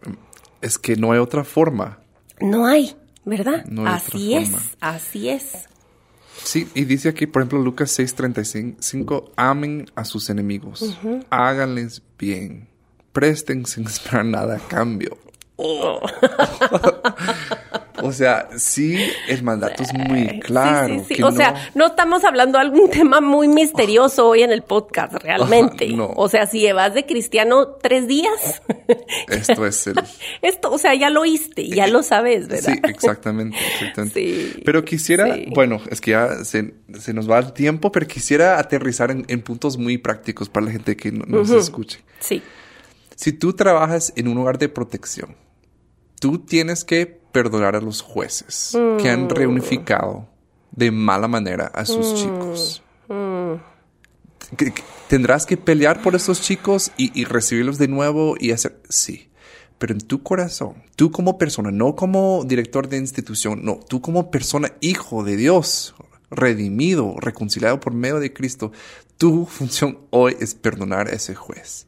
Es que no hay otra forma. No hay, ¿verdad? No hay así otra es, forma. así es. Sí, y dice aquí, por ejemplo, Lucas seis treinta y cinco, amen a sus enemigos, uh-huh. háganles bien. Presten sin esperar nada a cambio. Oh. O sea, sí, el mandato es muy claro. Sí, sí, sí. Que o no... sea, no estamos hablando de algún tema muy misterioso oh. hoy en el podcast, realmente. Uh, no. O sea, si llevas de cristiano tres días. Esto es el... Esto, o sea, ya lo oíste, ya lo sabes, ¿verdad? Sí, exactamente. exactamente. Sí, pero quisiera, sí. bueno, es que ya se, se nos va el tiempo, pero quisiera aterrizar en, en puntos muy prácticos para la gente que no, nos uh-huh. escuche. Sí. Si tú trabajas en un hogar de protección, tú tienes que perdonar a los jueces mm. que han reunificado de mala manera a sus mm. chicos. Mm. ¿Tendrás que pelear por esos chicos y, y recibirlos de nuevo y hacer? Sí. Pero en tu corazón, tú como persona, no como director de institución, no, tú como persona, hijo de Dios, redimido, reconciliado por medio de Cristo, tu función hoy es perdonar a ese juez.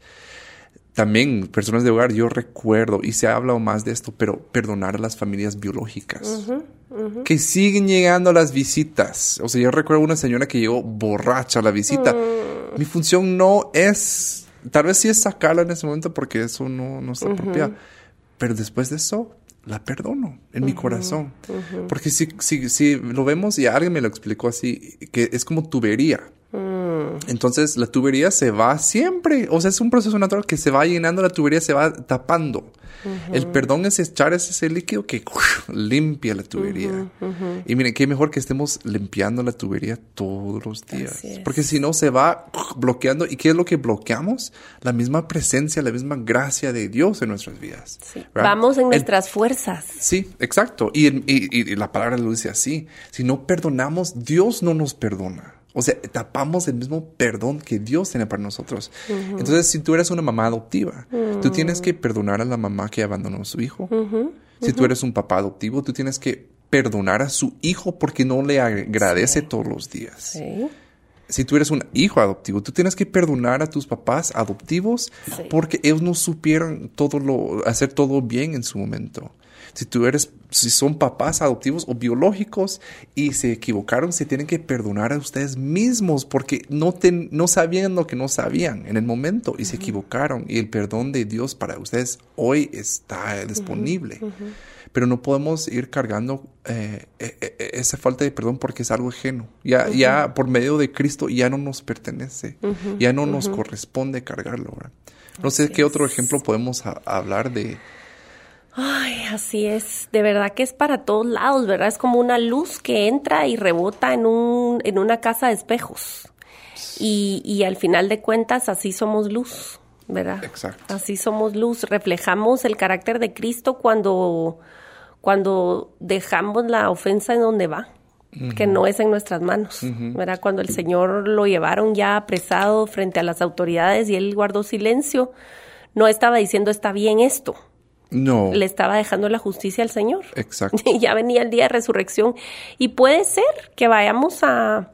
También, personas de hogar, yo recuerdo, y se ha hablado más de esto, pero perdonar a las familias biológicas. Uh-huh, uh-huh. Que siguen llegando las visitas. O sea, yo recuerdo una señora que llegó borracha a la visita. Uh-huh. Mi función no es... Tal vez sí es sacarla en ese momento porque eso no, no está uh-huh. apropiado. Pero después de eso, la perdono en uh-huh. mi corazón. Uh-huh. Porque si, si, si lo vemos, y alguien me lo explicó así, que es como tubería. Mm. Entonces la tubería se va siempre, o sea, es un proceso natural que se va llenando, la tubería se va tapando. Uh-huh. El perdón es echar ese líquido que uf, limpia la tubería. Uh-huh, uh-huh. Y miren, qué mejor que estemos limpiando la tubería todos los días. Porque si no se va uf, bloqueando. ¿Y qué es lo que bloqueamos? La misma presencia, la misma gracia de Dios en nuestras vidas. Sí. Vamos en nuestras el, fuerzas. Sí, exacto. Y, y, y, y la palabra lo dice así. Si no perdonamos, Dios no nos perdona. O sea, tapamos el mismo perdón que Dios tiene para nosotros. Uh-huh. Entonces, si tú eres una mamá adoptiva, uh-huh. tú tienes que perdonar a la mamá que abandonó a su hijo. Uh-huh. Si uh-huh. tú eres un papá adoptivo, tú tienes que perdonar a su hijo porque no le agradece sí. todos los días. Sí. Si tú eres un hijo adoptivo, tú tienes que perdonar a tus papás adoptivos sí. porque ellos no supieron todo lo, hacer todo bien en su momento. Si tú eres, si son papás adoptivos o biológicos y se equivocaron, se tienen que perdonar a ustedes mismos porque no, ten, no sabían lo que no sabían en el momento y uh-huh. se equivocaron. Y el perdón de Dios para ustedes hoy está disponible. Uh-huh. Uh-huh. Pero no podemos ir cargando eh, eh, esa falta de perdón porque es algo ajeno. Ya, uh-huh. ya por medio de Cristo ya no nos pertenece. Uh-huh. Ya no uh-huh. nos corresponde cargarlo. ¿Verdad? No sé así qué es. Otro ejemplo podemos a, hablar de... Ay, así es. De verdad que es para todos lados, ¿verdad? Es como una luz que entra y rebota en un en una casa de espejos. Y, y al final de cuentas, así somos luz, ¿verdad? Exacto. Así somos luz. Reflejamos el carácter de Cristo cuando, cuando dejamos la ofensa en donde va, uh-huh. que no es en nuestras manos, uh-huh. ¿verdad? Cuando el Señor lo llevaron ya apresado frente a las autoridades y Él guardó silencio, no estaba diciendo está bien esto. No. Le estaba dejando la justicia al Señor. Exacto. Y ya venía el día de resurrección. Y puede ser que vayamos a,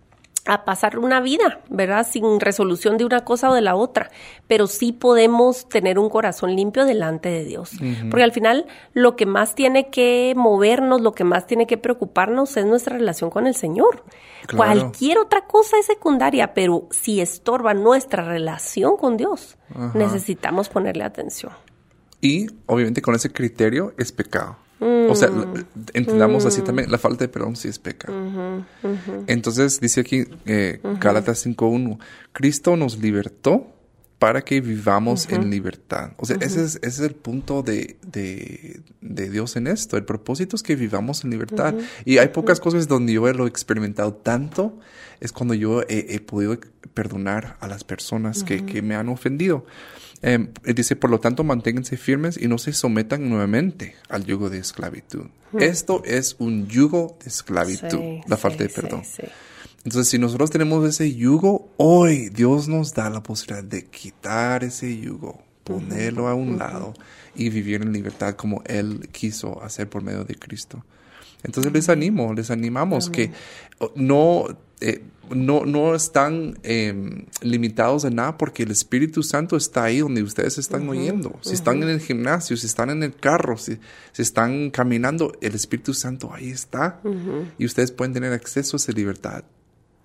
a pasar una vida, ¿verdad? Sin resolución de una cosa o de la otra. Pero sí podemos tener un corazón limpio delante de Dios. Uh-huh. Porque al final lo que más tiene que movernos, lo que más tiene que preocuparnos es nuestra relación con el Señor. Claro. Cualquier otra cosa es secundaria, pero si estorba nuestra relación con Dios, uh-huh. necesitamos ponerle atención. Y, obviamente, con ese criterio es pecado. Mm. O sea, entendamos mm. así también, la falta de perdón sí es pecado. Uh-huh, uh-huh. Entonces, dice aquí, eh, uh-huh. Gálatas cinco uno, Cristo nos libertó para que vivamos uh-huh. en libertad. O sea, uh-huh. ese, es, ese es el punto de, de, de Dios en esto. El propósito es que vivamos en libertad. Uh-huh. Y hay pocas uh-huh. cosas donde yo lo he experimentado tanto, es cuando yo he, he podido perdonar a las personas uh-huh. que, que me han ofendido. Eh, dice, por lo tanto, manténganse firmes y no se sometan nuevamente al yugo de esclavitud. Hmm. Esto es un yugo de esclavitud, sí, la falta sí, de perdón. Sí, sí. Entonces, si nosotros tenemos ese yugo, hoy Dios nos da la posibilidad de quitar ese yugo, ponerlo uh-huh, a un uh-huh. lado y vivir en libertad como Él quiso hacer por medio de Cristo. Entonces, uh-huh. les animo, les animamos uh-huh. que no... Eh, No, no están eh, limitados a nada porque el Espíritu Santo está ahí donde ustedes están uh-huh, oyendo. Si uh-huh. están en el gimnasio, si están en el carro, si, si están caminando, el Espíritu Santo ahí está. Uh-huh. Y ustedes pueden tener acceso a esa libertad hoy,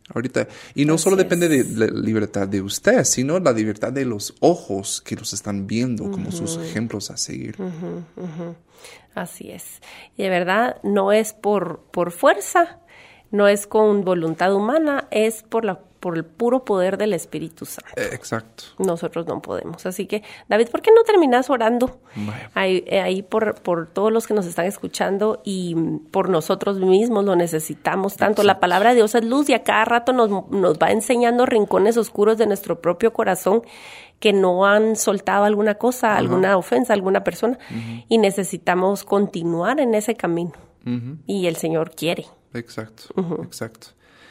Ahorita. Y no Así solo depende es. de la libertad de usted, sino la libertad de los ojos que los están viendo Uh-huh. como sus ejemplos a seguir. Uh-huh, uh-huh. Así es. Y de verdad, no es por, por fuerza, no es con voluntad humana, es por la por el puro poder del Espíritu Santo. Eh, exacto. Nosotros no podemos. Así que, David, ¿por qué no terminas orando? Vaya. Ahí, eh, ahí por, por todos los que nos están escuchando y mm, por nosotros mismos lo necesitamos tanto. La palabra de Dios es luz y a cada rato nos, nos va enseñando rincones oscuros de nuestro propio corazón que no han soltado alguna cosa, Ajá. alguna ofensa, alguna persona. Ujú. Y necesitamos continuar en ese camino. Ujú. Y el Señor quiere. Exacto, Ujú. exacto.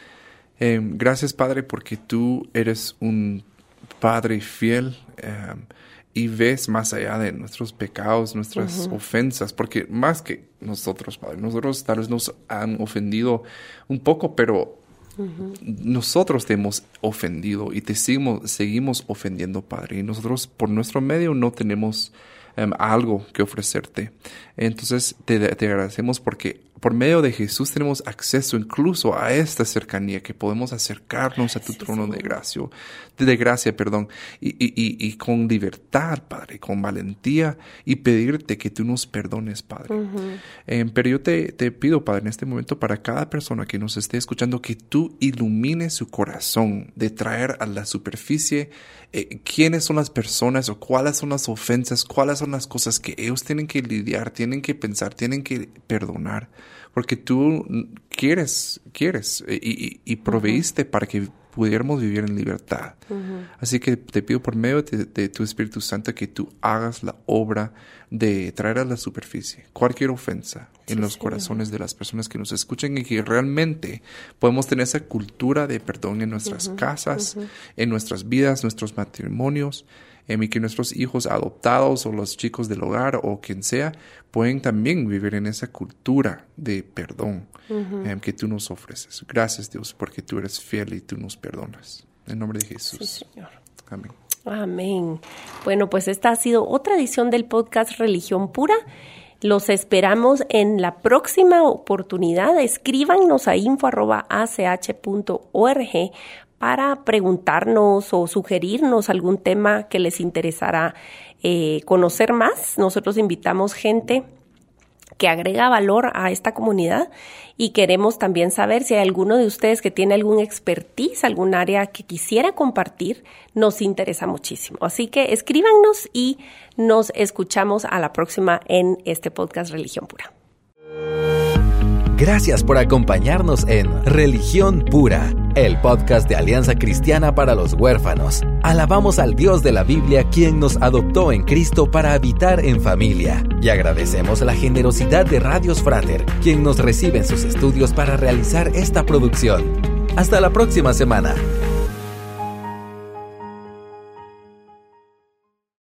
Eh, gracias, Padre, porque tú eres un Padre fiel eh, y ves más allá de nuestros pecados, nuestras Ujú. ofensas, porque más que nosotros, Padre, nosotros tal vez nos han ofendido un poco, pero Ujú. nosotros te hemos ofendido y te seguimos, seguimos ofendiendo, Padre, y nosotros por nuestro medio no tenemos um, algo que ofrecerte. Entonces te, te agradecemos porque por medio de Jesús tenemos acceso incluso a esta cercanía, que podemos acercarnos a tu Sí, trono de Señor. gracia, de, de gracia, perdón, y, y, y, y con libertad, Padre, con valentía, y pedirte que tú nos perdones, Padre. Ujú. Eh, pero yo te, te pido, Padre, en este momento, para cada persona que nos esté escuchando, que tú ilumines su corazón de traer a la superficie eh, quiénes son las personas o cuáles son las ofensas, cuáles son las cosas que ellos tienen que lidiar, tienen que pensar, tienen que perdonar. Porque tú quieres, quieres y, y, y proveíste uh-huh. para que pudiéramos vivir en libertad. Uh-huh. Así que te pido por medio de, de tu Espíritu Santo que tú hagas la obra de traer a la superficie cualquier ofensa sí, en los sí, corazones uh-huh. de las personas que nos escuchan y que realmente podemos tener esa cultura de perdón en nuestras uh-huh. casas, uh-huh. en nuestras vidas, nuestros matrimonios, y que nuestros hijos adoptados o los chicos del hogar o quien sea pueden también vivir en esa cultura de perdón uh-huh. eh, que tú nos ofreces. Gracias, Dios, porque tú eres fiel y tú nos perdonas. En nombre de Jesús. Sí, Señor. Amén. Amén. Bueno, pues esta ha sido otra edición del podcast Religión Pura. Los esperamos en la próxima oportunidad. Escríbanos a info arroba a c h punto org para preguntarnos o sugerirnos algún tema que les interesará eh, conocer más. Nosotros invitamos gente que agrega valor a esta comunidad y queremos también saber si hay alguno de ustedes que tiene algún expertise, algún área que quisiera compartir, nos interesa muchísimo. Así que escríbanos y nos escuchamos a la próxima en este podcast Religión Pura. Gracias por acompañarnos en Religión Pura, el podcast de Alianza Cristiana para los Huérfanos. Alabamos al Dios de la Biblia, quien nos adoptó en Cristo para habitar en familia. Y agradecemos la generosidad de Radios Frater, quien nos recibe en sus estudios para realizar esta producción. Hasta la próxima semana.